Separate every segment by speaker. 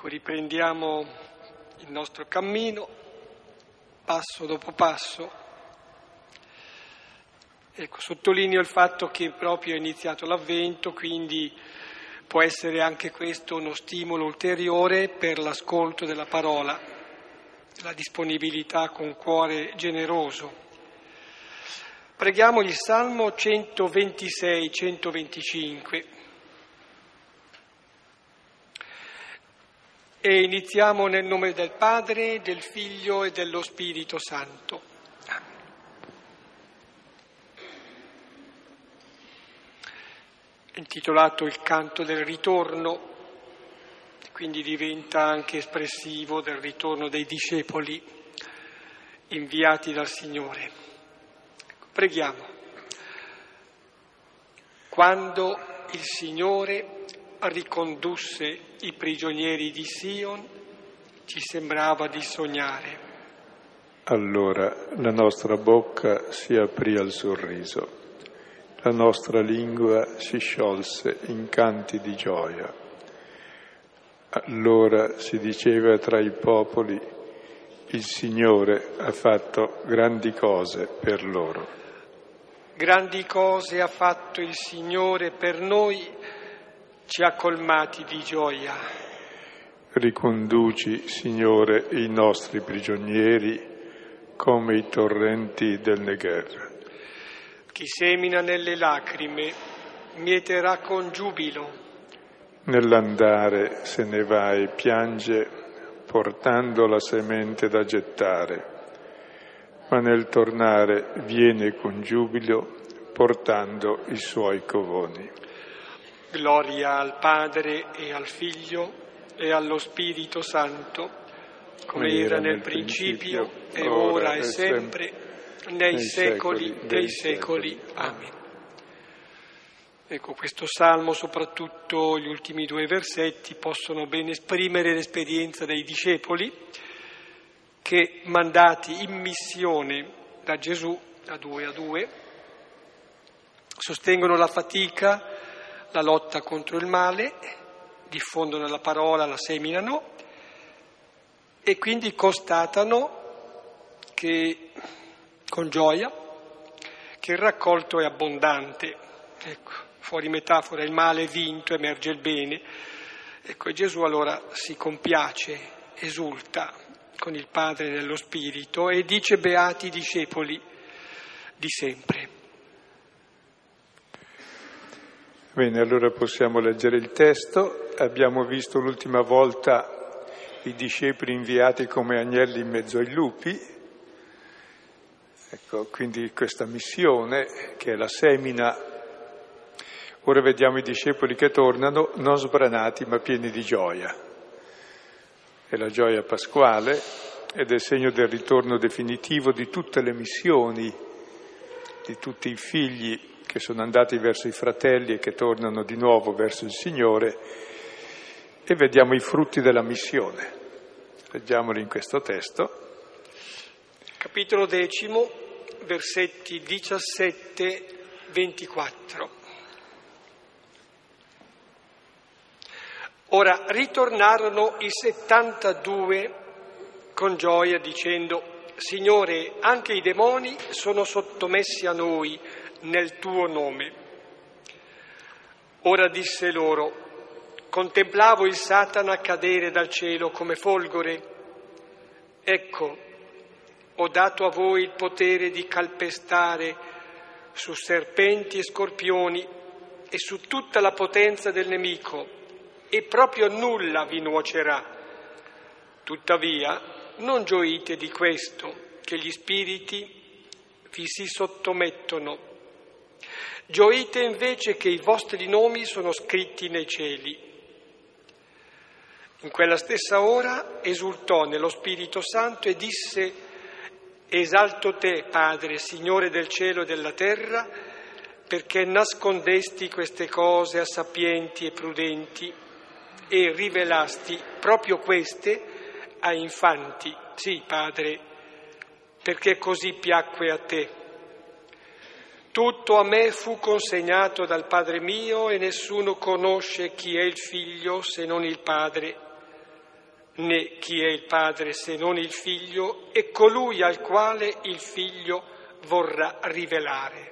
Speaker 1: Ecco, riprendiamo il nostro cammino, passo dopo passo. Ecco, sottolineo il fatto che proprio è iniziato l'Avvento, quindi può essere anche questo uno stimolo ulteriore per l'ascolto della parola, la disponibilità con cuore generoso. Preghiamo il Salmo 126-125 e iniziamo nel nome del Padre, del Figlio e dello Spirito Santo. È intitolato Il canto del ritorno, quindi diventa anche espressivo del ritorno dei discepoli inviati dal Signore. Preghiamo. Quando il Signore ricondusse i prigionieri di Sion, ci sembrava di sognare.
Speaker 2: Allora la nostra bocca si aprì al sorriso, la nostra lingua si sciolse in canti di gioia. Allora si diceva tra i popoli: il Signore ha fatto grandi cose per loro.
Speaker 1: Grandi cose ha fatto il Signore per noi, ci ha colmati di gioia.
Speaker 2: Riconduci, Signore, i nostri prigionieri come i torrenti del Negev.
Speaker 1: Chi semina nelle lacrime mieterà con giubilo.
Speaker 2: Nell'andare se ne va e piange, portando la semente da gettare, ma nel tornare viene con giubilo, portando i suoi covoni.
Speaker 1: Gloria al Padre e al Figlio e allo Spirito Santo, come era nel principio, e ora e sempre, nei secoli dei secoli. Amen. Ecco, questo Salmo, soprattutto gli ultimi due versetti, possono ben esprimere l'esperienza dei discepoli che, mandati in missione da Gesù, a due, sostengono la fatica, la lotta contro il male, diffondono la parola, la seminano e quindi constatano che, con gioia, che il raccolto è abbondante. Ecco, fuori metafora, il male è vinto, emerge il bene. Ecco, e Gesù allora si compiace, esulta con il Padre nello Spirito e dice: beati i discepoli di sempre.
Speaker 2: Bene, allora possiamo leggere il testo. Abbiamo visto l'ultima volta i discepoli inviati come agnelli in mezzo ai lupi. Ecco, quindi questa missione che è la semina. Ora vediamo i discepoli che tornano non sbranati ma pieni di gioia. È la gioia pasquale ed è segno del ritorno definitivo di tutte le missioni, di tutti i figli che sono andati verso i fratelli e che tornano di nuovo verso il Signore, e vediamo i frutti della missione. Leggiamoli in questo testo.
Speaker 1: Capitolo 10, versetti 17-24. Ora ritornarono i 72 con gioia dicendo: Signore, anche i demoni sono sottomessi a noi nel tuo nome. Ora disse loro: contemplavo il Satana cadere dal cielo come folgore. Ecco, ho dato a voi il potere di calpestare su serpenti e scorpioni e su tutta la potenza del nemico, e proprio nulla vi nuocerà. Tuttavia, non gioite di questo, che gli spiriti vi si sottomettono. Gioite invece che i vostri nomi sono scritti nei cieli. In quella stessa ora esultò nello Spirito Santo e disse: esalto te, Padre, Signore del cielo e della terra, perché nascondesti queste cose a sapienti e prudenti e rivelasti proprio queste a infanti. Sì, Padre, perché così piacque a te. Tutto a me fu consegnato dal Padre mio e nessuno conosce chi è il Figlio se non il Padre, né chi è il Padre se non il Figlio e colui al quale il Figlio vorrà rivelare.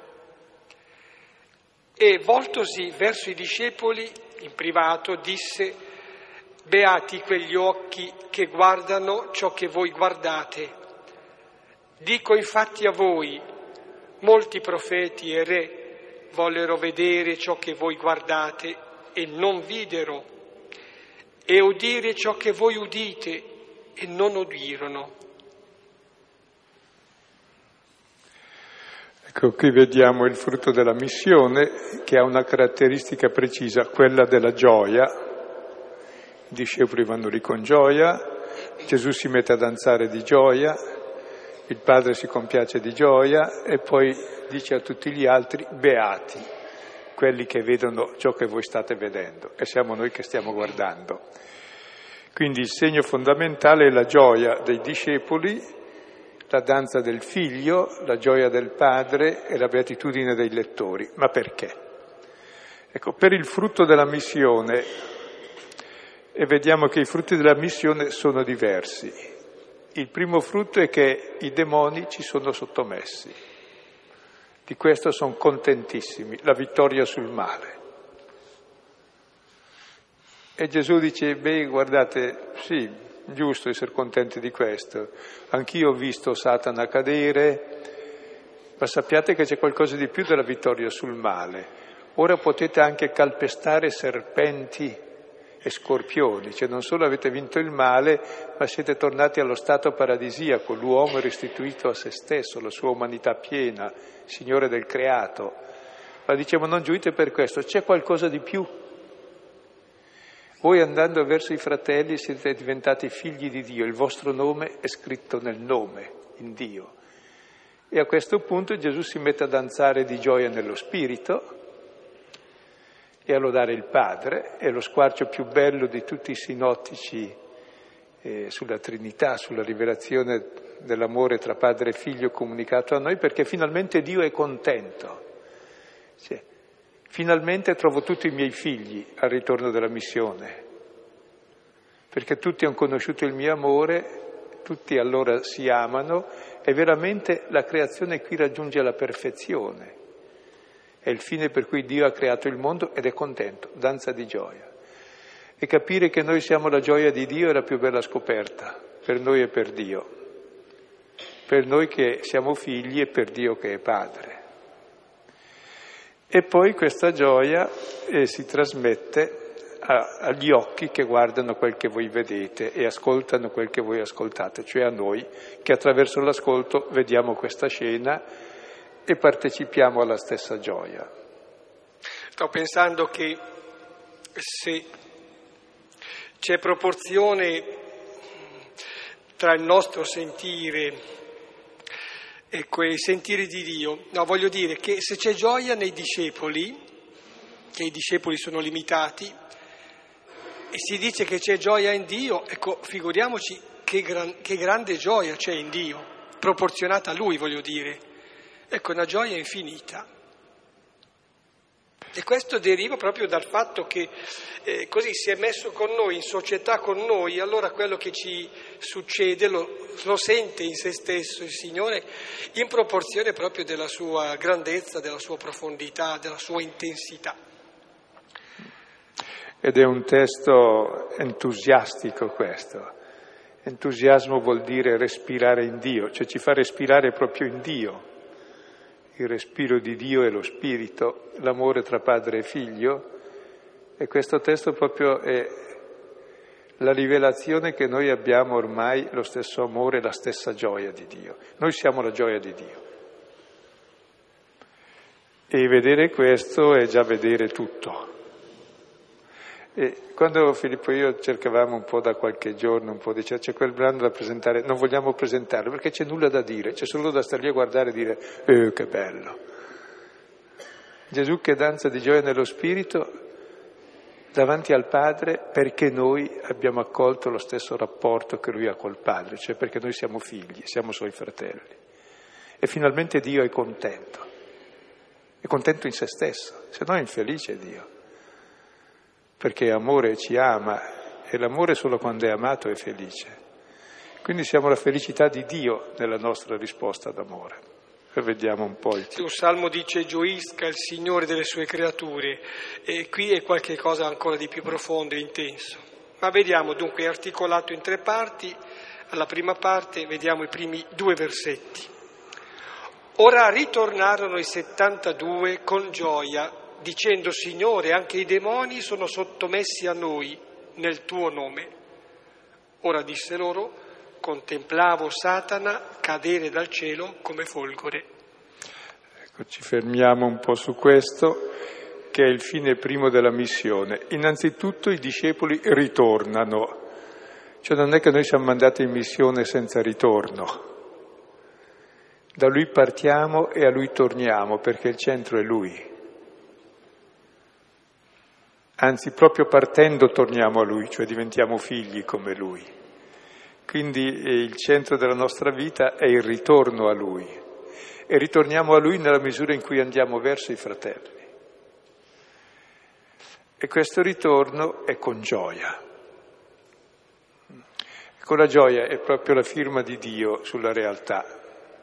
Speaker 1: E voltosi verso i discepoli in privato disse: beati quegli occhi che guardano ciò che voi guardate. Dico infatti a voi, molti profeti e re vollero vedere ciò che voi guardate e non videro, e udire ciò che voi udite e non udirono.
Speaker 2: Ecco, qui vediamo il frutto della missione, che ha una caratteristica precisa, quella della gioia. I discepoli vanno lì con gioia, Gesù si mette a danzare di gioia, il Padre si compiace di gioia e poi dice a tutti gli altri: beati quelli che vedono ciò che voi state vedendo, e siamo noi che stiamo guardando. Quindi il segno fondamentale è la gioia dei discepoli, la danza del Figlio, la gioia del Padre e la beatitudine dei lettori. Ma perché? Ecco, per il frutto della missione, e vediamo che i frutti della missione sono diversi. Il primo frutto è che i demoni ci sono sottomessi. Di questo sono contentissimi, la vittoria sul male. E Gesù dice: beh, guardate, sì, giusto essere contenti di questo. Anch'io ho visto Satana cadere, ma sappiate che c'è qualcosa di più della vittoria sul male. Ora potete anche calpestare serpenti e scorpioni, cioè non solo avete vinto il male, ma siete tornati allo stato paradisiaco, l'uomo è restituito a se stesso, la sua umanità piena, Signore del creato. Ma diciamo: non giuite per questo, c'è qualcosa di più. Voi, andando verso i fratelli, siete diventati figli di Dio, il vostro nome è scritto nel nome, in Dio. E a questo punto Gesù si mette a danzare di gioia nello Spirito e a lodare il Padre. È lo squarcio più bello di tutti i sinottici sulla Trinità, sulla rivelazione dell'amore tra Padre e Figlio comunicato a noi, perché finalmente Dio è contento. Cioè, finalmente trovo tutti i miei figli al ritorno della missione, perché tutti hanno conosciuto il mio amore, tutti allora si amano e veramente la creazione qui raggiunge la perfezione. È il fine per cui Dio ha creato il mondo ed è contento, danza di gioia. E capire che noi siamo la gioia di Dio è la più bella scoperta, per noi e per Dio. Per noi che siamo figli e per Dio che è Padre. E poi questa gioia si trasmette agli occhi che guardano quel che voi vedete e ascoltano quel che voi ascoltate, cioè a noi che attraverso l'ascolto vediamo questa scena e partecipiamo alla stessa gioia.
Speaker 1: Sto pensando che se c'è proporzione tra il nostro sentire e quei sentiri di Dio, no, voglio dire che se c'è gioia nei discepoli, che i discepoli sono limitati, e si dice che c'è gioia in Dio, ecco, figuriamoci che grande gioia c'è in Dio, proporzionata a Lui, voglio dire. Ecco, una gioia infinita. E questo deriva proprio dal fatto che così si è messo con noi, in società con noi, allora quello che ci succede lo sente in se stesso il Signore in proporzione proprio della sua grandezza, della sua profondità, della sua intensità.
Speaker 2: Ed è un testo entusiastico questo. Entusiasmo vuol dire respirare in Dio, cioè ci fa respirare proprio in Dio. Il respiro di Dio è lo Spirito, l'amore tra padre e figlio, e questo testo proprio è la rivelazione che noi abbiamo ormai lo stesso amore, la stessa gioia di Dio. Noi siamo la gioia di Dio. E vedere questo è già vedere tutto. E quando Filippo e io cercavamo un po' da qualche giorno, diceva c'è quel brano da presentare, non vogliamo presentarlo perché c'è nulla da dire, c'è solo da stare lì a guardare e dire che bello. Gesù che danza di gioia nello Spirito davanti al Padre perché noi abbiamo accolto lo stesso rapporto che Lui ha col Padre, cioè perché noi siamo figli, siamo Suoi fratelli. E finalmente Dio è contento in se stesso, se no è infelice Dio. Perché amore ci ama e l'amore solo quando è amato è felice. Quindi siamo la felicità di Dio nella nostra risposta d'amore. E vediamo un po'
Speaker 1: Un salmo dice gioisca il Signore delle sue creature, e qui è qualche cosa ancora di più profondo e intenso. Ma vediamo dunque, è articolato in 3 parti. Alla prima parte vediamo i primi 2 versetti. Ora ritornarono i 72 con gioia, dicendo: Signore, anche i demoni sono sottomessi a noi nel tuo nome. Ora disse loro: contemplavo Satana cadere dal cielo come folgore.
Speaker 2: Ecco, ci fermiamo un po' su questo, che è il fine primo della missione. Innanzitutto i discepoli ritornano, cioè non è che noi siamo mandati in missione senza ritorno. Da Lui partiamo e a Lui torniamo, perché il centro è Lui. Anzi, proprio partendo torniamo a Lui, cioè diventiamo figli come Lui. Quindi il centro della nostra vita è il ritorno a Lui. E ritorniamo a Lui nella misura in cui andiamo verso i fratelli. E questo ritorno è con gioia. Con la gioia è proprio la firma di Dio sulla realtà.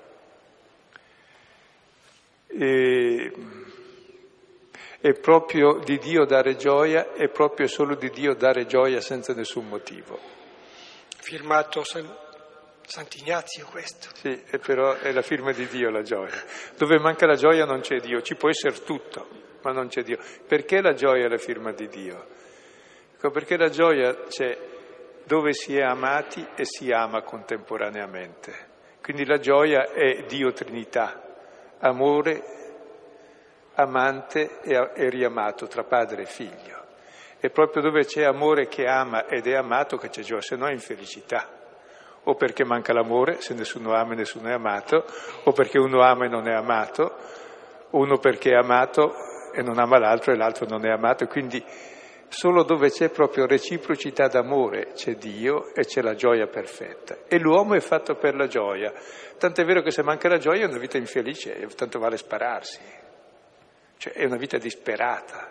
Speaker 2: È proprio di Dio dare gioia, è proprio solo di Dio dare gioia senza nessun motivo.
Speaker 1: Firmato Sant'Ignazio questo.
Speaker 2: Sì, però è la firma di Dio la gioia. Dove manca la gioia non c'è Dio, ci può essere tutto, ma non c'è Dio. Perché la gioia è la firma di Dio? Ecco, perché la gioia c'è dove si è amati e si ama contemporaneamente. Quindi la gioia è Dio Trinità, amore, amante e riamato tra padre e figlio. È proprio dove c'è amore che ama ed è amato che c'è gioia, se no è infelicità. O perché manca l'amore, se nessuno ama e nessuno è amato, o perché uno ama e non è amato, uno perché è amato e non ama l'altro e l'altro non è amato. E quindi solo dove c'è proprio reciprocità d'amore c'è Dio e c'è la gioia perfetta. E l'uomo è fatto per la gioia. Tanto è vero che se manca la gioia è una vita infelice, tanto vale spararsi. Cioè è una vita disperata.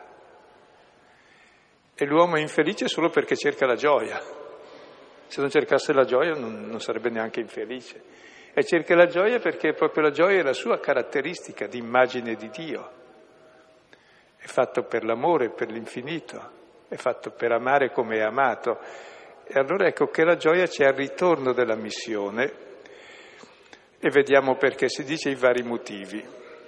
Speaker 2: E l'uomo è infelice solo perché cerca la gioia. Se non cercasse la gioia non sarebbe neanche infelice. E cerca la gioia perché proprio la gioia è la sua caratteristica di immagine di Dio. È fatto per l'amore, per l'infinito, è fatto per amare come è amato. E allora ecco che la gioia c'è al ritorno della missione e vediamo perché, si dice i vari motivi.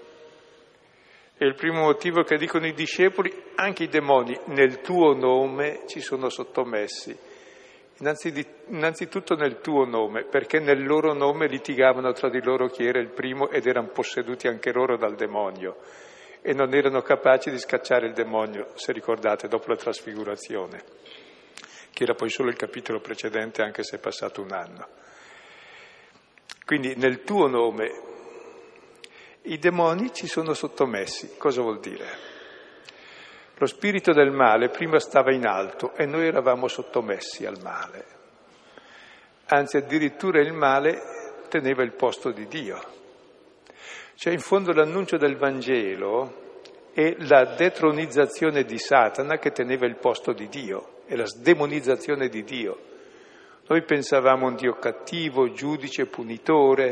Speaker 2: E il primo motivo che dicono i discepoli: anche i demoni nel tuo nome ci sono sottomessi. Innanzitutto nel tuo nome, perché nel loro nome litigavano tra di loro chi era il primo ed erano posseduti anche loro dal demonio e non erano capaci di scacciare il demonio, se ricordate, dopo la trasfigurazione, che era poi solo il capitolo precedente, anche se è passato un anno. Quindi nel tuo nome i demoni ci sono sottomessi. Cosa vuol dire? Lo spirito del male prima stava in alto e noi eravamo sottomessi al male. Anzi, addirittura il male teneva il posto di Dio. Cioè, in fondo l'annuncio del Vangelo è la detronizzazione di Satana che teneva il posto di Dio, è la sdemonizzazione di Dio. Noi pensavamo a un Dio cattivo, giudice, punitore,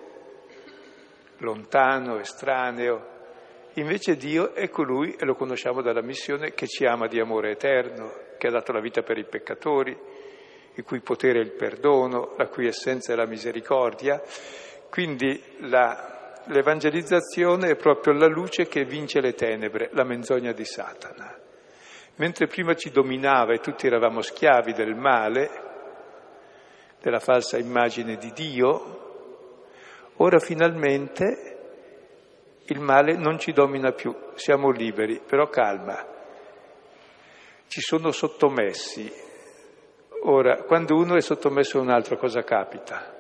Speaker 2: lontano, estraneo. Invece Dio è colui, e lo conosciamo dalla missione, che ci ama di amore eterno, che ha dato la vita per i peccatori, il cui potere è il perdono, la cui essenza è la misericordia. Quindi l'evangelizzazione è proprio la luce che vince le tenebre, la menzogna di Satana. Mentre prima ci dominava e tutti eravamo schiavi del male, della falsa immagine di Dio, ora finalmente il male non ci domina più, siamo liberi, però calma, ci sono sottomessi. Ora, quando uno è sottomesso a un altro, cosa capita?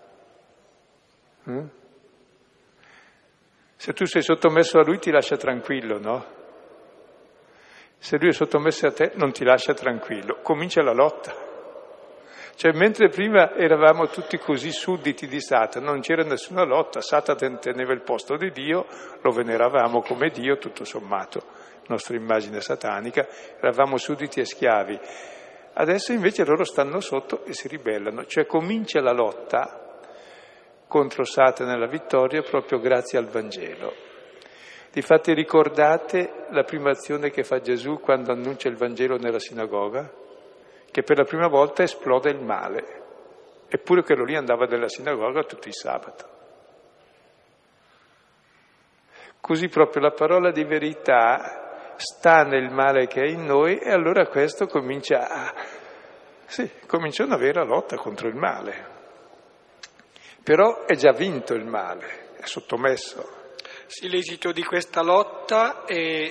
Speaker 2: Se tu sei sottomesso a lui ti lascia tranquillo, no? Se lui è sottomesso a te non ti lascia tranquillo, comincia la lotta. Cioè, mentre prima eravamo tutti così sudditi di Satana, non c'era nessuna lotta, Satana teneva il posto di Dio, lo veneravamo come Dio, tutto sommato, nostra immagine satanica, eravamo sudditi e schiavi. Adesso invece loro stanno sotto e si ribellano, cioè comincia la lotta contro Satana e la vittoria proprio grazie al Vangelo. Difatti ricordate la prima azione che fa Gesù quando annuncia il Vangelo nella sinagoga? Che per la prima volta esplode il male, eppure quello lì andava nella sinagoga tutti i sabato. Così proprio la parola di verità sta nel male che è in noi e allora questo comincia una vera lotta contro il male. Però è già vinto il male, è sottomesso.
Speaker 1: Sì, l'esito di questa lotta è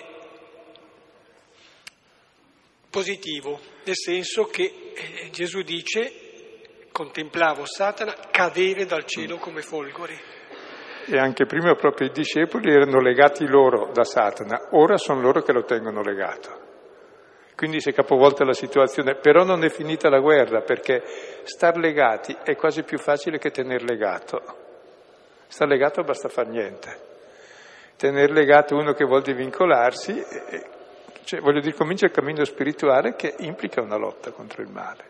Speaker 1: positivo, nel senso che Gesù dice, contemplavo Satana cadere dal cielo come folgore.
Speaker 2: E anche prima proprio i discepoli erano legati loro da Satana, ora sono loro che lo tengono legato. Quindi si è capovolta la situazione, però non è finita la guerra, perché star legati è quasi più facile che tener legato. Star legato basta far niente. Tener legato uno che vuol divincolarsi, comincia il cammino spirituale che implica una lotta contro il male,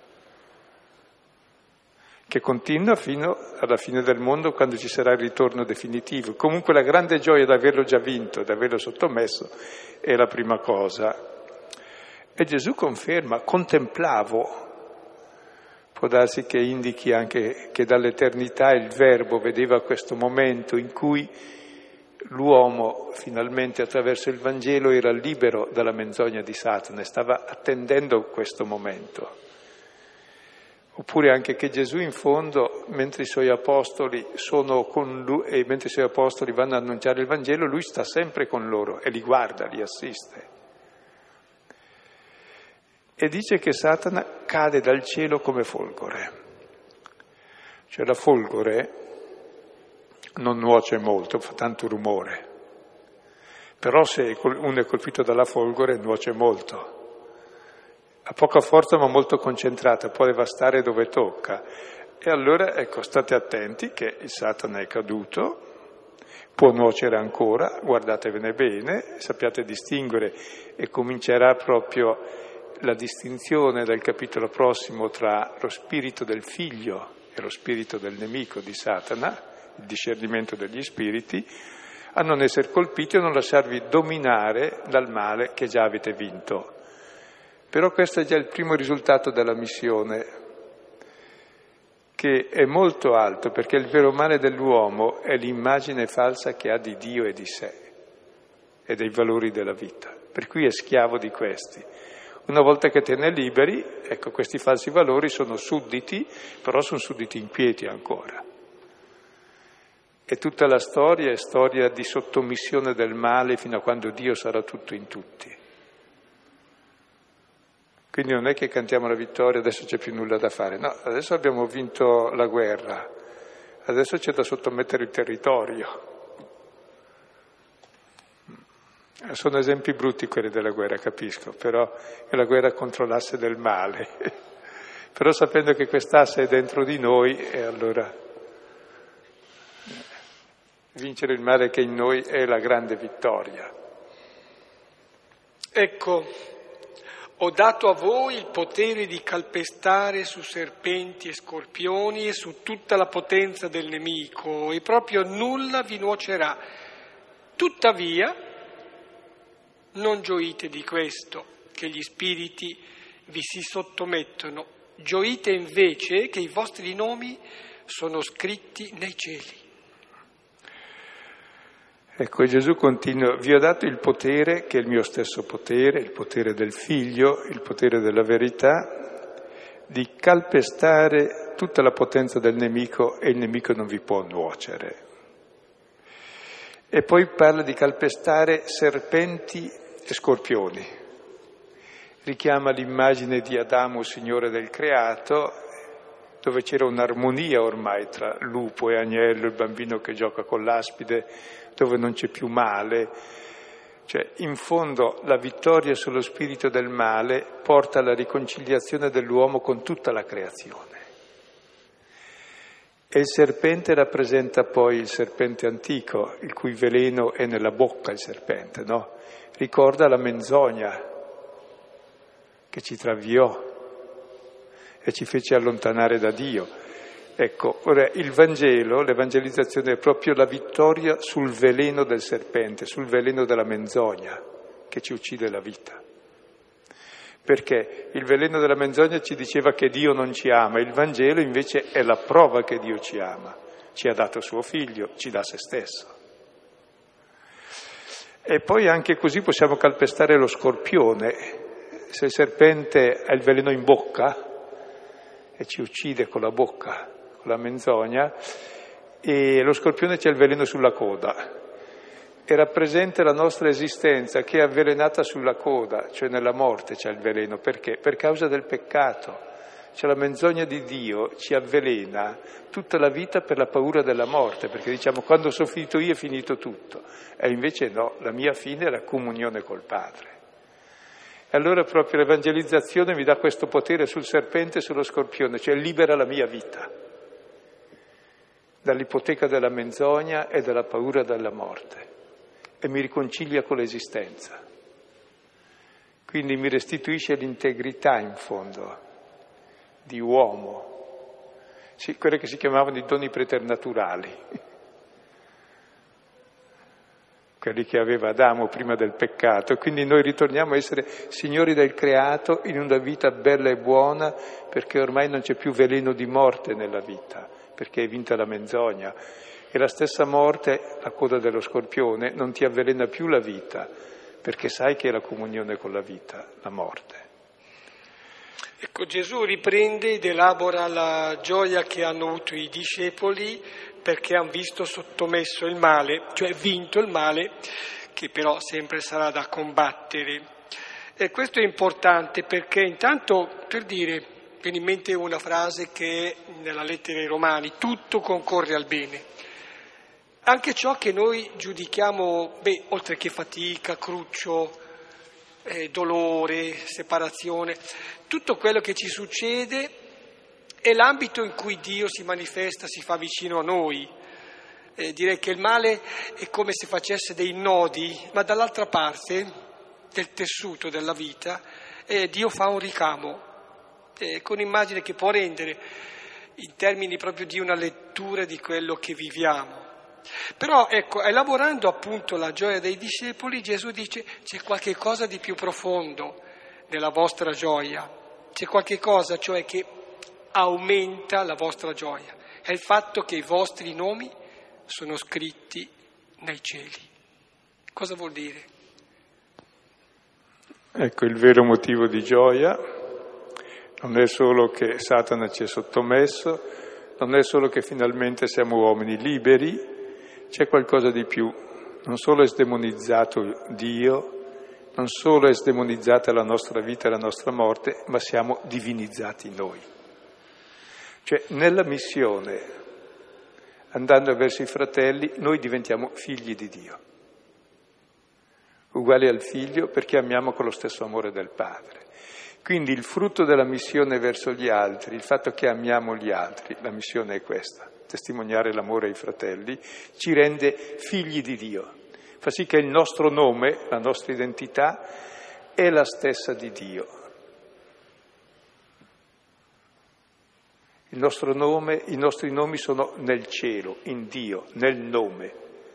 Speaker 2: che continua fino alla fine del mondo, quando ci sarà il ritorno definitivo. Comunque la grande gioia di averlo già vinto, di averlo sottomesso, è la prima cosa. E Gesù conferma, contemplavo, può darsi che indichi anche che dall'eternità il Verbo vedeva questo momento in cui l'uomo finalmente attraverso il Vangelo era libero dalla menzogna di Satana e stava attendendo questo momento. Oppure anche che Gesù in fondo, mentre i suoi apostoli sono con lui e mentre i suoi apostoli vanno ad annunciare il Vangelo, lui sta sempre con loro e li guarda, li assiste. E dice che Satana cade dal cielo come folgore. Cioè la folgore non nuoce molto, fa tanto rumore. Però se uno è colpito dalla folgore nuoce molto. Ha poca forza ma molto concentrata, può devastare dove tocca. E allora, state attenti che il Satana è caduto, può nuocere ancora, guardatevene bene, sappiate distinguere, e comincerà proprio la distinzione del capitolo prossimo tra lo spirito del figlio e lo spirito del nemico di Satana, il discernimento degli spiriti, a non essere colpiti o non lasciarvi dominare dal male che già avete vinto. Però questo è già il primo risultato della missione, che è molto alto, perché il vero male dell'uomo è l'immagine falsa che ha di Dio e di sé e dei valori della vita, per cui è schiavo di questi. Una volta che te ne liberi, questi falsi valori sono sudditi, però sono sudditi inquieti ancora. E tutta la storia è storia di sottomissione del male fino a quando Dio sarà tutto in tutti. Quindi non è che cantiamo la vittoria, adesso c'è più nulla da fare. No, adesso abbiamo vinto la guerra, adesso c'è da sottomettere il territorio. Sono esempi brutti quelli della guerra, capisco, però è la guerra contro l'asse del male. Però sapendo che quest'asse è dentro di noi, e allora vincere il male che è in noi è la grande vittoria.
Speaker 1: Ecco, ho dato a voi il potere di calpestare su serpenti e scorpioni e su tutta la potenza del nemico, e proprio nulla vi nuocerà. Tuttavia, non gioite di questo, che gli spiriti vi si sottomettono, gioite invece che i vostri nomi sono scritti nei cieli.
Speaker 2: Ecco, Gesù continua, vi ho dato il potere, che è il mio stesso potere, il potere del Figlio, il potere della verità, di calpestare tutta la potenza del nemico e il nemico non vi può nuocere. E poi parla di calpestare serpenti e scorpioni. Richiama l'immagine di Adamo, signore del creato, dove c'era un'armonia ormai tra lupo e agnello, il bambino che gioca con l'aspide, dove non c'è più male. Cioè, in fondo, la vittoria sullo spirito del male porta alla riconciliazione dell'uomo con tutta la creazione. E il serpente rappresenta poi il serpente antico, il cui veleno è nella bocca, il serpente, no? Ricorda la menzogna che ci traviò, e ci fece allontanare da Dio. Ecco, ora il Vangelo, l'evangelizzazione è proprio la vittoria sul veleno del serpente, sul veleno della menzogna che ci uccide la vita. Perché il veleno della menzogna ci diceva che Dio non ci ama, il Vangelo invece è la prova che Dio ci ama, ci ha dato suo figlio, ci dà se stesso. E poi anche così possiamo calpestare lo scorpione. Se il serpente ha il veleno in bocca e ci uccide con la bocca, con la menzogna, e lo scorpione c'ha il veleno sulla coda e rappresenta la nostra esistenza che è avvelenata sulla coda, cioè nella morte c'è il veleno. Perché? Per causa del peccato. Cioè la menzogna di Dio ci avvelena tutta la vita per la paura della morte, perché diciamo quando sono finito io è finito tutto, e invece no, la mia fine è la comunione col Padre. E allora proprio l'evangelizzazione mi dà questo potere sul serpente e sullo scorpione, cioè libera la mia vita dall'ipoteca della menzogna e dalla paura della morte e mi riconcilia con l'esistenza. Quindi mi restituisce l'integrità in fondo di uomo, sì, quelle che si chiamavano i doni preternaturali, quelli che aveva Adamo prima del peccato. Quindi noi ritorniamo a essere signori del creato in una vita bella e buona, perché ormai non c'è più veleno di morte nella vita, perché è vinta la menzogna. E la stessa morte, la coda dello scorpione, non ti avvelena più la vita, perché sai che è la comunione con la vita, la morte.
Speaker 1: Ecco, Gesù riprende ed elabora la gioia che hanno avuto i discepoli perché hanno visto sottomesso il male, cioè vinto il male, che però sempre sarà da combattere. E questo è importante perché intanto, per dire, viene in mente una frase che è nella lettera ai Romani: tutto concorre al bene. Anche ciò che noi giudichiamo, oltre che fatica, cruccio, dolore, separazione, tutto quello che ci succede è l'ambito in cui Dio si manifesta, si fa vicino a noi. Direi che il male è come se facesse dei nodi, ma dall'altra parte del tessuto della vita Dio fa un ricamo, con immagine che può rendere in termini proprio di una lettura di quello che viviamo. Però ecco, elaborando appunto la gioia dei discepoli, Gesù dice: c'è qualche cosa di più profondo nella vostra gioia, c'è qualche cosa cioè che aumenta la vostra gioia, è il fatto che i vostri nomi sono scritti nei cieli. Cosa vuol dire?
Speaker 2: Ecco, il vero motivo di gioia non è solo che Satana ci è sottomesso, non è solo che finalmente siamo uomini liberi, c'è qualcosa di più. Non solo è sdemonizzato Dio, non solo è sdemonizzata la nostra vita e la nostra morte, ma siamo divinizzati noi. Cioè, nella missione, andando verso i fratelli, noi diventiamo figli di Dio, uguali al figlio perché amiamo con lo stesso amore del Padre. Quindi il frutto della missione verso gli altri, il fatto che amiamo gli altri, la missione è questa: testimoniare l'amore ai fratelli, ci rende figli di Dio, fa sì che il nostro nome, la nostra identità, è la stessa di Dio. Il nostro nome, i nostri nomi sono nel cielo, in Dio, nel nome.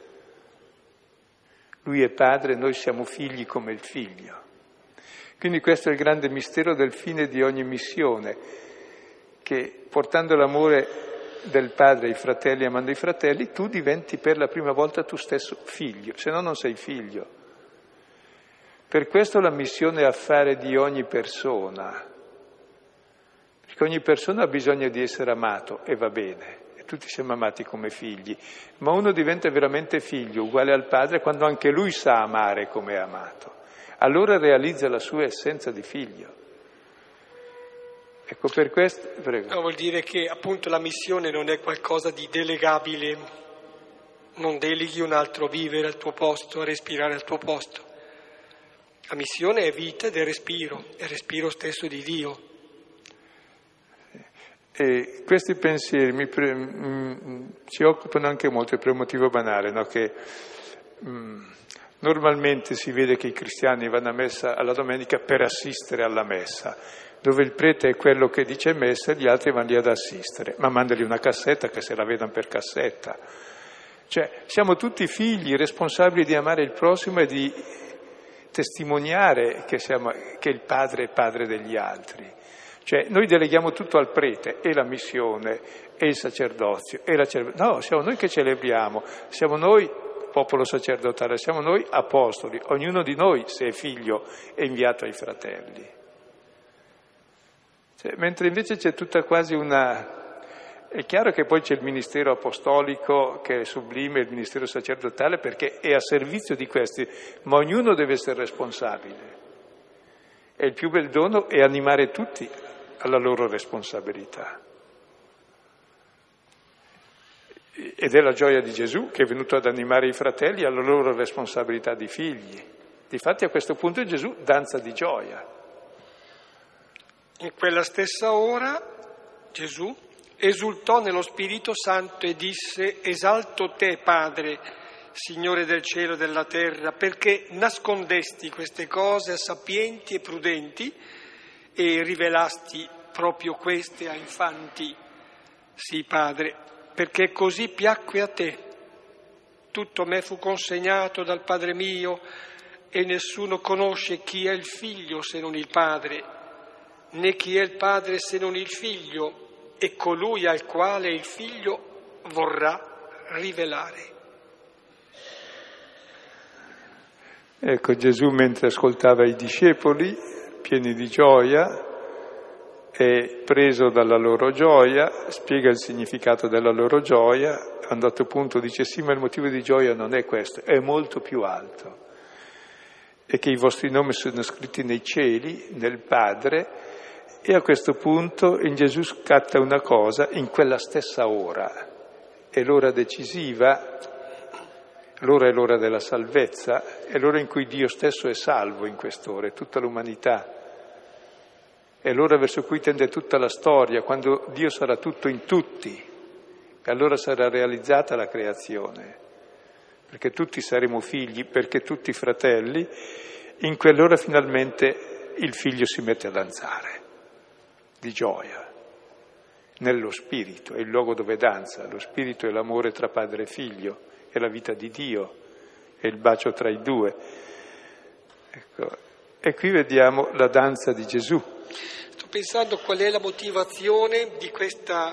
Speaker 2: Lui è Padre, noi siamo figli come il Figlio. Quindi questo è il grande mistero del fine di ogni missione, che portando l'amore del Padre ai fratelli, amando i fratelli, tu diventi per la prima volta tu stesso figlio, se no non sei figlio. Per questo la missione è affare di ogni persona, perché ogni persona ha bisogno di essere amato e va bene, e tutti siamo amati come figli, ma uno diventa veramente figlio, uguale al Padre, quando anche lui sa amare come è amato. Allora realizza la sua essenza di figlio. Ecco, per questo, prego.
Speaker 1: No, vuol dire che appunto la missione non è qualcosa di delegabile, non deleghi un altro a vivere al tuo posto, a respirare al tuo posto. La missione è vita ed è il respiro stesso di Dio.
Speaker 2: E questi pensieri ci occupano anche molto per un motivo banale, no? Che normalmente si vede che i cristiani vanno a messa alla domenica per assistere alla messa. dove il prete è quello che dice messa e gli altri vanno lì ad assistere, ma mandali una cassetta che se la vedano per cassetta. Cioè, siamo tutti figli responsabili di amare il prossimo e di testimoniare che il padre è padre degli altri. Cioè, noi deleghiamo tutto al prete, e la missione, e il sacerdozio, e la celebrazione. No, siamo noi che celebriamo, siamo noi popolo sacerdotale, siamo noi apostoli, ognuno di noi, se è figlio, è inviato ai fratelli. Cioè, mentre invece c'è tutta quasi una... È chiaro che poi c'è il ministero apostolico che è sublime, il ministero sacerdotale, perché è a servizio di questi, ma ognuno deve essere responsabile. E il più bel dono è animare tutti alla loro responsabilità. Ed è la gioia di Gesù che è venuto ad animare i fratelli alla loro responsabilità di figli. Difatti a questo punto Gesù danza di gioia.
Speaker 1: In quella stessa ora Gesù esultò nello Spirito Santo e disse: esalto te, Padre, Signore del cielo e della terra, perché nascondesti queste cose a sapienti e prudenti e rivelasti proprio queste a infanti. Sì, Padre, perché così piacque a te. Tutto me fu consegnato dal Padre mio e nessuno conosce chi è il Figlio se non il Padre, né chi è il Padre se non il Figlio e colui al quale il Figlio vorrà rivelare.
Speaker 2: Ecco, Gesù mentre ascoltava i discepoli, pieni di gioia, è preso dalla loro gioia, spiega il significato della loro gioia, a un dato punto dice sì, ma il motivo di gioia non è questo, è molto più alto. E che i vostri nomi sono scritti nei cieli, nel Padre, e a questo punto in Gesù scatta una cosa in quella stessa ora, è l'ora decisiva, l'ora è l'ora della salvezza, è l'ora in cui Dio stesso è salvo in quest'ora, è tutta l'umanità. È l'ora verso cui tende tutta la storia, quando Dio sarà tutto in tutti, e allora sarà realizzata la creazione, perché tutti saremo figli, perché tutti fratelli, in quell'ora finalmente il figlio si mette a danzare, di gioia, nello spirito, è il luogo dove danza, lo spirito è l'amore tra padre e figlio, è la vita di Dio, è il bacio tra i due. Ecco. E qui vediamo la danza di Gesù.
Speaker 1: Sto pensando qual è la motivazione di questa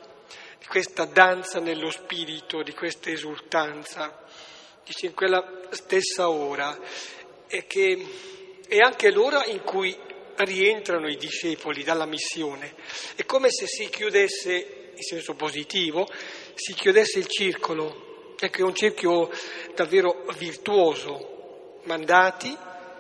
Speaker 1: danza nello spirito, di questa esultanza. Dice in quella stessa ora, è che è anche l'ora in cui rientrano i discepoli dalla missione. È come se si chiudesse, in senso positivo, si chiudesse il circolo. Ecco, è un cerchio davvero virtuoso. Mandati,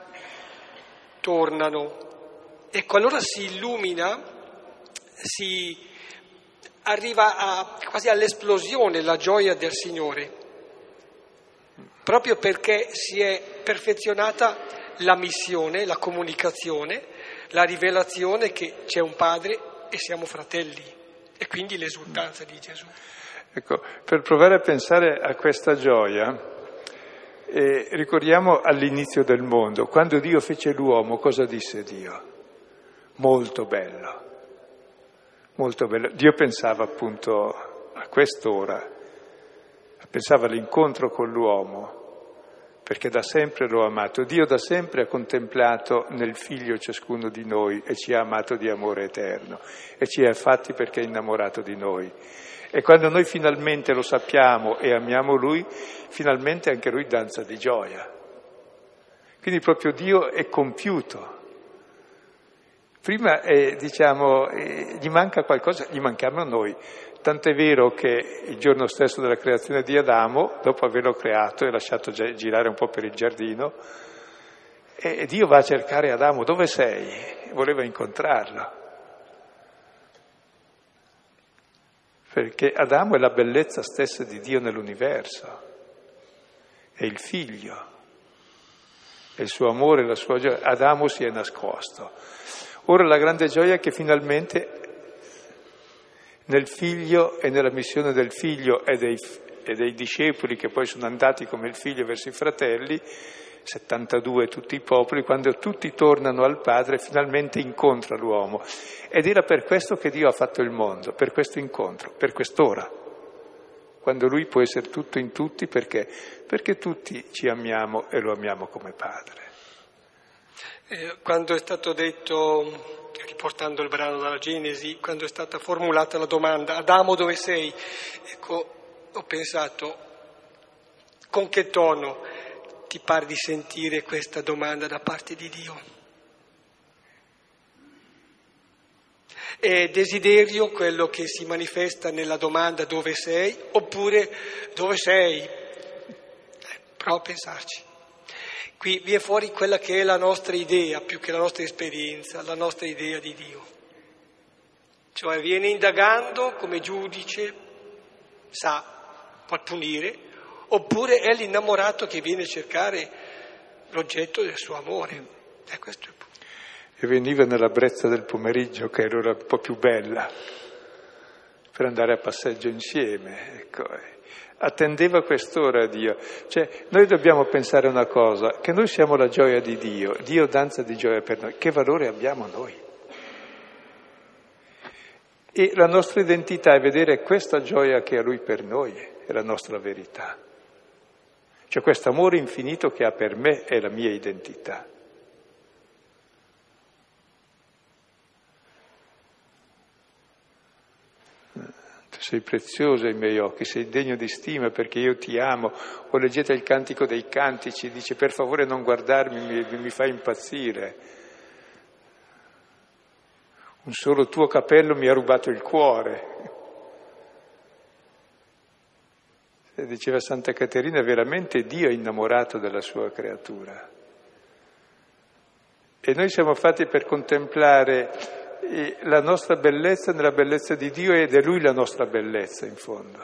Speaker 1: tornano. Ecco, allora si illumina, si arriva quasi all'esplosione la gioia del Signore, proprio perché si è perfezionata la missione, la comunicazione, la rivelazione che c'è un Padre e siamo fratelli, e quindi l'esultanza di Gesù.
Speaker 2: Ecco, per provare a pensare a questa gioia, ricordiamo all'inizio del mondo, quando Dio fece l'uomo, cosa disse Dio? Molto bello, molto bello. Dio pensava appunto a quest'ora, pensava all'incontro con l'uomo, perché da sempre l'ho amato. Dio da sempre ha contemplato nel Figlio ciascuno di noi e ci ha amato di amore eterno e ci ha fatti perché è innamorato di noi. E quando noi finalmente lo sappiamo e amiamo Lui, finalmente anche Lui danza di gioia. Quindi proprio Dio è compiuto. Prima, gli manca qualcosa, gli manchiamo noi. Tant'è vero che il giorno stesso della creazione di Adamo, dopo averlo creato e lasciato girare un po' per il giardino, e Dio va a cercare Adamo, dove sei? Voleva incontrarlo. Perché Adamo è la bellezza stessa di Dio nell'universo, è il figlio, è il suo amore, la sua gioia. Adamo si è nascosto. Ora la grande gioia è che finalmente nel figlio e nella missione del figlio e dei discepoli che poi sono andati come il figlio verso i fratelli, 72 tutti i popoli, quando tutti tornano al Padre, finalmente incontra l'uomo. Ed era per questo che Dio ha fatto il mondo, per questo incontro, per quest'ora. Quando Lui può essere tutto in tutti, perché? Perché tutti ci amiamo e lo amiamo come Padre.
Speaker 1: Quando è stato detto, riportando il brano dalla Genesi, quando è stata formulata la domanda, Adamo dove sei? Ecco, ho pensato, con che tono ti pare di sentire questa domanda da parte di Dio? È desiderio quello che si manifesta nella domanda dove sei, oppure dove sei? Prova a pensarci. Qui viene fuori quella che è la nostra idea, più che la nostra esperienza, la nostra idea di Dio. Cioè viene indagando come giudice, sa, può punire, oppure è l'innamorato che viene a cercare l'oggetto del suo amore. E questo è il punto.
Speaker 2: E veniva nella brezza del pomeriggio, che era un po' più bella, per andare a passeggio insieme, ecco. Attendeva quest'ora Dio. Cioè, noi dobbiamo pensare una cosa, che noi siamo la gioia di Dio, Dio danza di gioia per noi. Che valore abbiamo noi? E la nostra identità è vedere questa gioia che ha Lui per noi, è la nostra verità. Cioè, questo amore infinito che ha per me è la mia identità. Sei prezioso ai miei occhi, sei degno di stima perché io ti amo. O leggete il Cantico dei Cantici, dice per favore non guardarmi, mi fai impazzire. Un solo tuo capello mi ha rubato il cuore. E diceva Santa Caterina, veramente Dio è innamorato della sua creatura. E noi siamo fatti per contemplare la nostra bellezza nella bellezza di Dio, ed è Lui la nostra bellezza in fondo.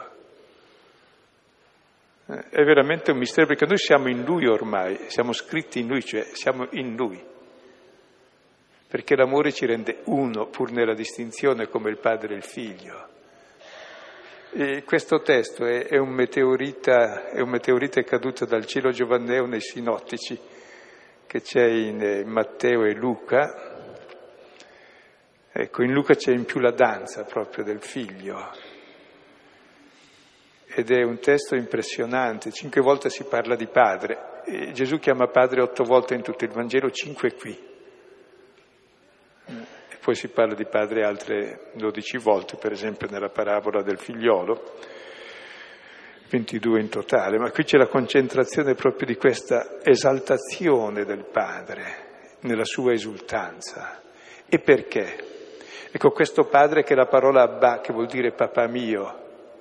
Speaker 2: È veramente un mistero perché noi siamo in Lui ormai, siamo scritti in Lui, cioè siamo in Lui. Perché l'amore ci rende uno pur nella distinzione come il Padre e il Figlio. E questo testo è un meteorite caduto dal cielo giovanneo nei sinottici che c'è in Matteo e Luca. Ecco, in Luca c'è in più la danza proprio del figlio, ed è un testo impressionante. 5 volte si parla di padre, e Gesù chiama padre 8 volte in tutto il Vangelo, 5 qui. E poi si parla di padre altre 12 volte, per esempio nella parabola del figliolo, 22 in totale, ma qui c'è la concentrazione proprio di questa esaltazione del padre, nella sua esultanza. E perché? Ecco, questo padre che è la parola Abba, che vuol dire papà mio.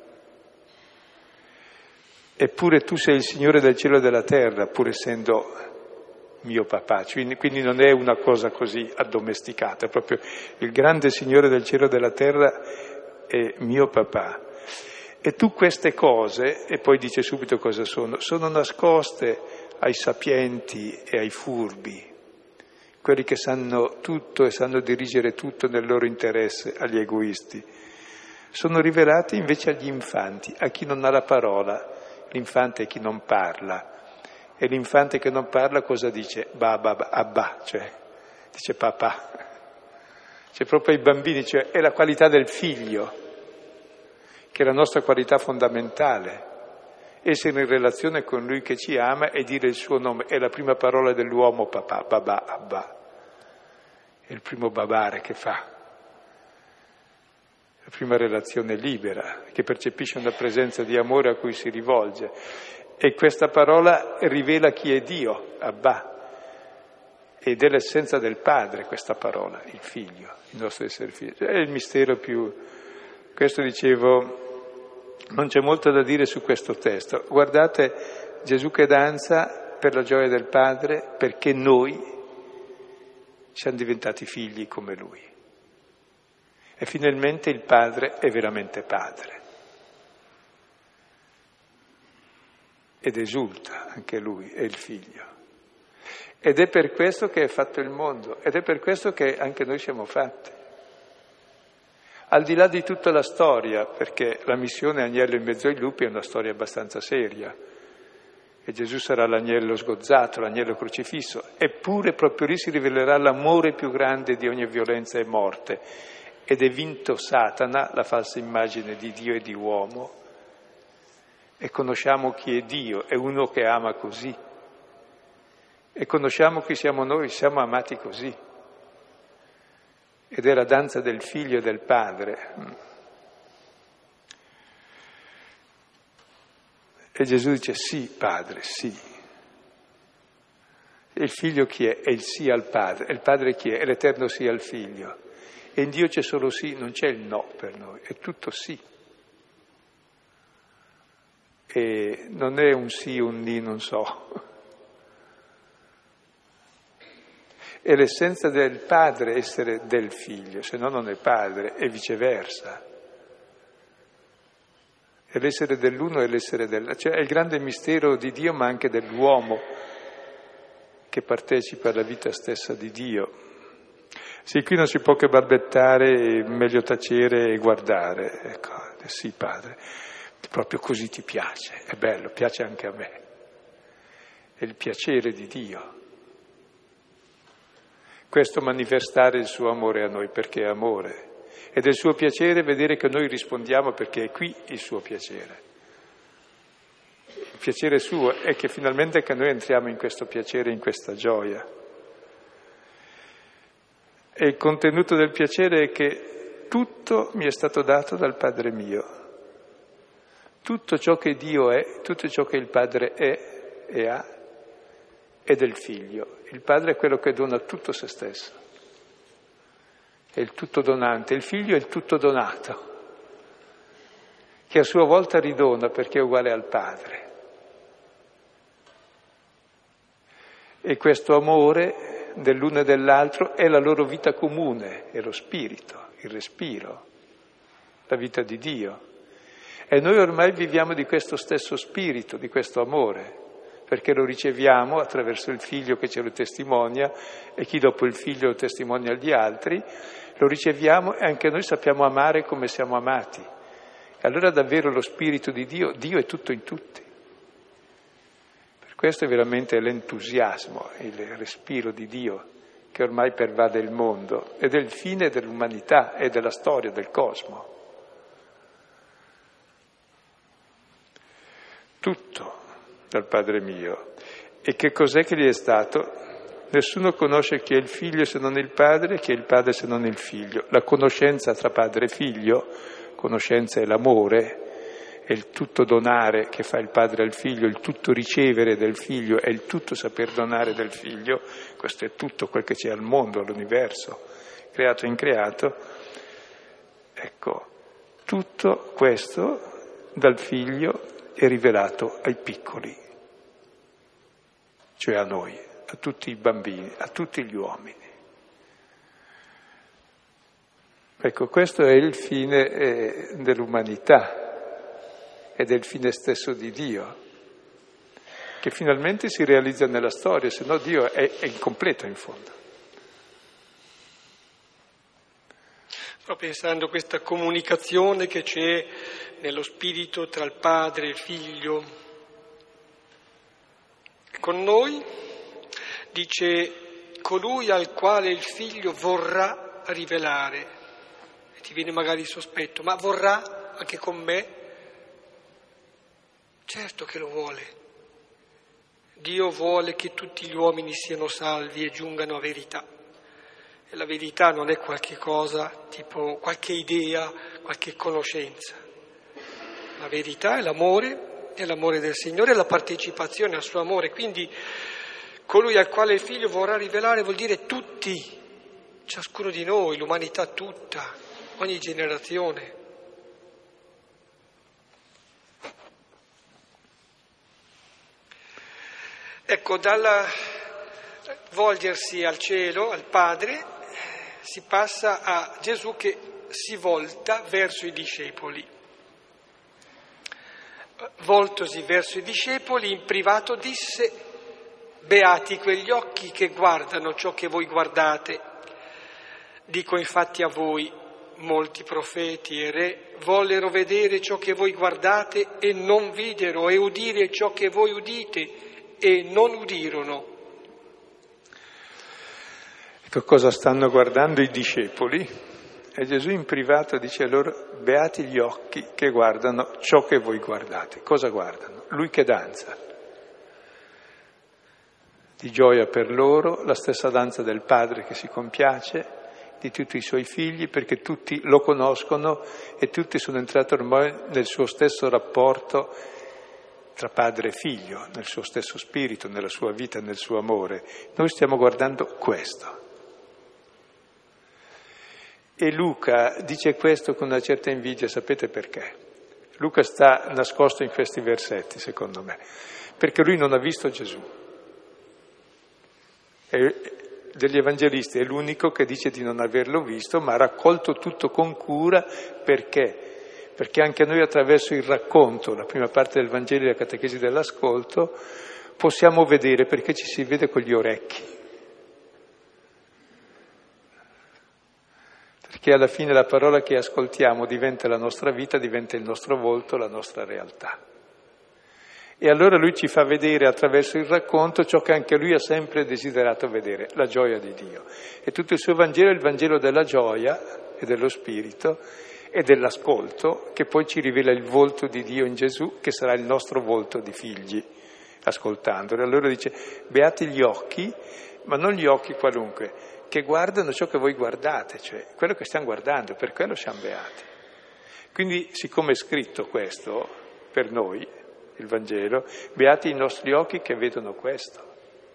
Speaker 2: Eppure tu sei il Signore del cielo e della terra, pur essendo mio papà. Quindi non è una cosa così addomesticata, è proprio il grande Signore del cielo e della terra è mio papà. E tu queste cose, e poi dice subito cosa sono nascoste ai sapienti e ai furbi, quelli che sanno tutto e sanno dirigere tutto nel loro interesse, agli egoisti. Sono rivelati invece agli infanti, a chi non ha la parola. L'infante è chi non parla. E l'infante che non parla cosa dice? Baba, Abba, cioè dice papà. Cioè proprio ai bambini, cioè è la qualità del figlio, che è la nostra qualità fondamentale. Essere in relazione con Lui che ci ama e dire il suo nome. È la prima parola dell'uomo, papà, babà, Abba. È il primo babare che fa. La prima relazione libera, che percepisce una presenza di amore a cui si rivolge. E questa parola rivela chi è Dio, Abba. Ed è l'essenza del Padre questa parola, il Figlio, il nostro essere figlio. È il mistero più... Questo dicevo... Non c'è molto da dire su questo testo. Guardate Gesù che danza per la gioia del Padre, perché noi siamo diventati figli come Lui. E finalmente il Padre è veramente Padre. Ed esulta anche Lui, è il Figlio. Ed è per questo che è fatto il mondo, ed è per questo che anche noi siamo fatti. Al di là di tutta la storia, perché la missione Agnello in mezzo ai lupi è una storia abbastanza seria, E Gesù sarà l'agnello sgozzato, l'agnello crocifisso, eppure proprio lì si rivelerà l'amore più grande di ogni violenza e morte. Ed è vinto Satana, la falsa immagine di Dio e di uomo. E conosciamo chi è Dio, è uno che ama così. E conosciamo chi siamo noi, siamo amati così. Ed è la danza del figlio e del padre. E Gesù dice sì, padre, sì. E il figlio chi è? È il sì al padre. E il padre chi è? È l'eterno sì al figlio. E in Dio c'è solo sì, non c'è il no per noi, è tutto sì. E non è un sì, un ni, non so. È l'essenza del padre essere del figlio, se no non è padre, e viceversa. È l'essere dell'uno e l'essere dell'altro. Cioè è il grande mistero di Dio, ma anche dell'uomo che partecipa alla vita stessa di Dio. Sì, qui non si può che balbettare, meglio tacere e guardare. Ecco, sì, padre, proprio così ti piace, è bello, piace anche a me. È il piacere di Dio. Questo manifestare il suo amore a noi, perché è amore. Ed è il suo piacere vedere che noi rispondiamo perché è qui il suo piacere. Il piacere suo è che finalmente che noi entriamo in questo piacere, in questa gioia. E il contenuto del piacere è che tutto mi è stato dato dal Padre mio. Tutto ciò che Dio è, tutto ciò che il Padre è e ha, è del Figlio. Il Padre è quello che dona tutto se stesso. È il tutto donante, il Figlio è il tutto donato, che a sua volta ridona perché è uguale al Padre. E questo amore dell'uno e dell'altro è la loro vita comune, è lo spirito, il respiro, la vita di Dio. E noi ormai viviamo di questo stesso spirito, di questo amore, perché lo riceviamo attraverso il Figlio che ce lo testimonia e chi dopo il Figlio lo testimonia agli altri, lo riceviamo e anche noi sappiamo amare come siamo amati. E allora davvero lo Spirito di Dio, Dio è tutto in tutti. Per questo è veramente l'entusiasmo, il respiro di Dio che ormai pervade il mondo ed è il fine dell'umanità e della storia del cosmo. Tutto dal Padre mio. E che cos'è che gli è stato? Nessuno conosce chi è il Figlio se non il Padre, chi è il Padre se non il Figlio. La conoscenza tra Padre e Figlio, conoscenza è l'amore, è il tutto donare che fa il Padre al Figlio, il tutto ricevere del Figlio è il tutto saper donare del Figlio. Questo è tutto quel che c'è al mondo, all'universo, creato e increato. Ecco, tutto questo dal Figlio è rivelato ai piccoli, cioè a noi, a tutti i bambini, a tutti gli uomini. Ecco, questo è il fine dell'umanità ed è il fine stesso di Dio, che finalmente si realizza nella storia, se no Dio è incompleto in fondo.
Speaker 1: Sto pensando a questa comunicazione che c'è nello spirito tra il Padre e il Figlio. Con noi dice colui al quale il Figlio vorrà rivelare. E ti viene magari il sospetto, ma vorrà anche con me? Certo che lo vuole. Dio vuole che tutti gli uomini siano salvi e giungano a verità. E la verità non è qualche cosa, tipo qualche idea, qualche conoscenza. La verità è l'amore del Signore e la partecipazione al suo amore. Quindi colui al quale il Figlio vorrà rivelare vuol dire tutti, ciascuno di noi, l'umanità tutta, ogni generazione. Ecco, dal volgersi al cielo, al Padre, si passa a Gesù che si volta verso i discepoli. Voltosi verso i discepoli, in privato disse: beati quegli occhi che guardano ciò che voi guardate. Dico infatti a voi molti profeti e re vollero vedere ciò che voi guardate e non videro, e udire ciò che voi udite e non udirono.
Speaker 2: Ecco cosa stanno guardando i discepoli. E Gesù in privato dice loro: beati gli occhi che guardano ciò che voi guardate. Cosa guardano? Lui che danza. Di gioia per loro, la stessa danza del padre che si compiace di tutti i suoi figli, perché tutti lo conoscono e tutti sono entrati ormai nel suo stesso rapporto tra padre e figlio, nel suo stesso spirito, nella sua vita, nel suo amore. Noi stiamo guardando questo. E Luca dice questo con una certa invidia, sapete perché? Luca sta nascosto in questi versetti, secondo me, perché lui non ha visto Gesù. Degli evangelisti è l'unico che dice di non averlo visto, ma ha raccolto tutto con cura. Perché? Perché anche noi attraverso il racconto, la prima parte del Vangelo e la catechesi dell'ascolto, possiamo vedere, perché ci si vede con gli orecchi. Perché alla fine la parola che ascoltiamo diventa la nostra vita, diventa il nostro volto, la nostra realtà. E allora lui ci fa vedere attraverso il racconto ciò che anche lui ha sempre desiderato vedere, la gioia di Dio. E tutto il suo Vangelo è il Vangelo della gioia e dello Spirito e dell'ascolto, che poi ci rivela il volto di Dio in Gesù, che sarà il nostro volto di figli, ascoltandolo. Allora dice: beati gli occhi, ma non gli occhi qualunque, che guardano ciò che voi guardate, cioè quello che stiamo guardando, per quello siamo beati. Quindi, siccome è scritto questo per noi, il Vangelo, beati i nostri occhi che vedono questo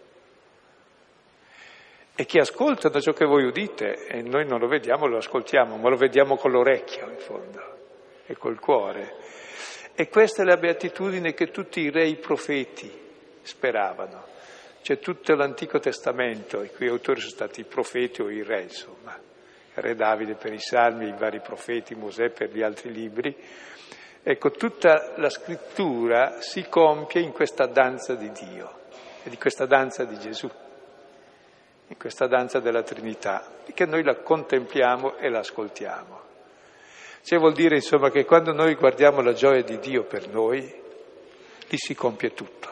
Speaker 2: e che ascoltano ciò che voi udite, e noi non lo vediamo, lo ascoltiamo, ma lo vediamo con l'orecchio in fondo e col cuore. E questa è la beatitudine che tutti i re e i profeti speravano. C'è tutto l'Antico Testamento, i cui autori sono stati i profeti o i re, insomma, il re Davide per i Salmi, i vari profeti, Mosè per gli altri libri. Ecco, tutta la scrittura si compie in questa danza di Dio, e di questa danza di Gesù, in questa danza della Trinità, che noi la contempliamo e la ascoltiamo. Cioè vuol dire, insomma, che quando noi guardiamo la gioia di Dio per noi, lì si compie tutto.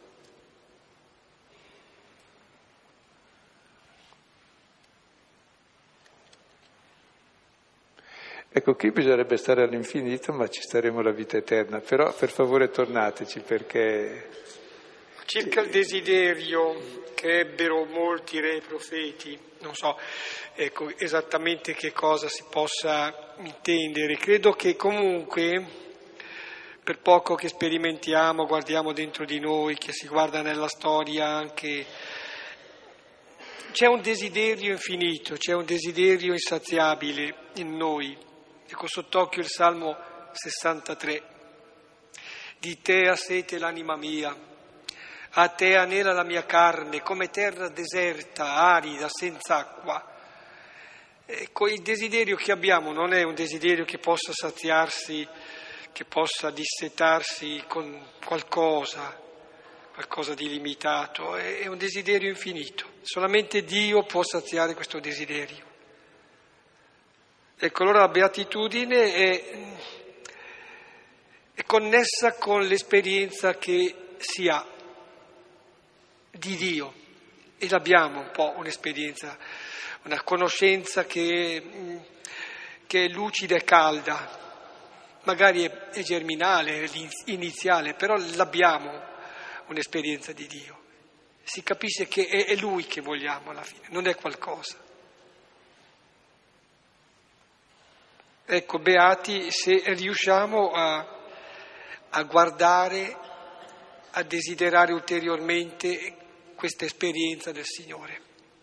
Speaker 2: Ecco, qui bisognerebbe stare all'infinito, ma ci staremo la vita eterna. Però, per favore, tornateci, perché...
Speaker 1: Circa il desiderio che ebbero molti re e profeti, non so esattamente che cosa si possa intendere. Credo che comunque, per poco che sperimentiamo, guardiamo dentro di noi, che si guarda nella storia anche, c'è un desiderio infinito, c'è un desiderio insaziabile in noi. Ecco sott'occhio il Salmo 63. Di te ha sete l'anima mia, a te anela la mia carne, come terra deserta, arida, senza acqua. Ecco, il desiderio che abbiamo non è un desiderio che possa saziarsi, che possa dissetarsi con qualcosa di limitato, è un desiderio infinito. Solamente Dio può saziare questo desiderio. Ecco, allora la beatitudine è connessa con l'esperienza che si ha di Dio, e l'abbiamo un po' un'esperienza, una conoscenza che è lucida e calda, magari è germinale, iniziale, però l'abbiamo un'esperienza di Dio. Si capisce che è Lui che vogliamo alla fine, non è qualcosa. Ecco, beati se riusciamo a guardare, a desiderare ulteriormente questa esperienza del Signore.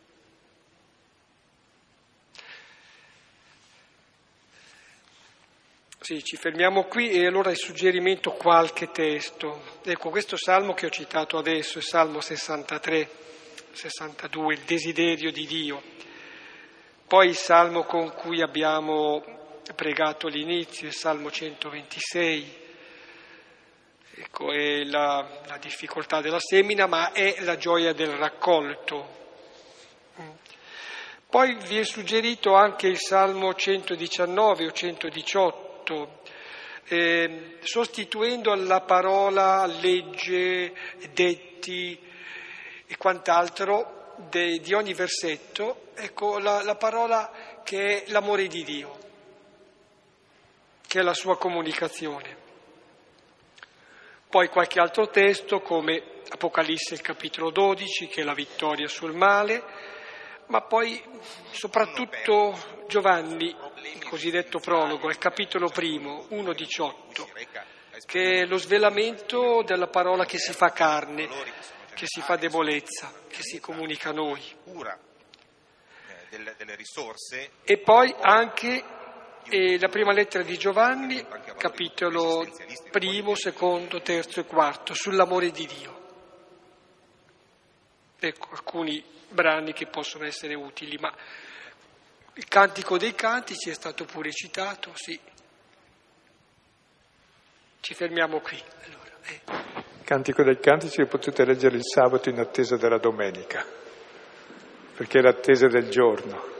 Speaker 1: Sì, ci fermiamo qui e allora il suggerimento qualche testo. Ecco, questo salmo che ho citato adesso, il Salmo 63, 62, il desiderio di Dio. Poi il salmo con cui abbiamo pregato all'inizio, il Salmo 126, ecco, è la difficoltà della semina, ma è la gioia del raccolto. Poi vi è suggerito anche il Salmo 119 o 118, sostituendo la parola legge, detti e quant'altro di ogni versetto, ecco la parola che è l'amore di Dio, che è la sua comunicazione. Poi qualche altro testo come Apocalisse il capitolo 12, che è la vittoria sul male, ma poi soprattutto Giovanni, il cosiddetto prologo, il capitolo primo, 1,18, che è lo svelamento della parola che si fa carne, che si fa debolezza, che si comunica a noi.
Speaker 3: Delle risorse.
Speaker 1: E poi anche la prima lettera di Giovanni, capitolo primo, secondo, terzo e quarto, sull'amore di Dio. Ecco, alcuni brani che possono essere utili, ma il Cantico dei Cantici è stato pure citato, sì. Ci fermiamo qui. Allora,
Speaker 2: Cantico dei Cantici che potete leggere il sabato in attesa della domenica, perché è l'attesa del giorno.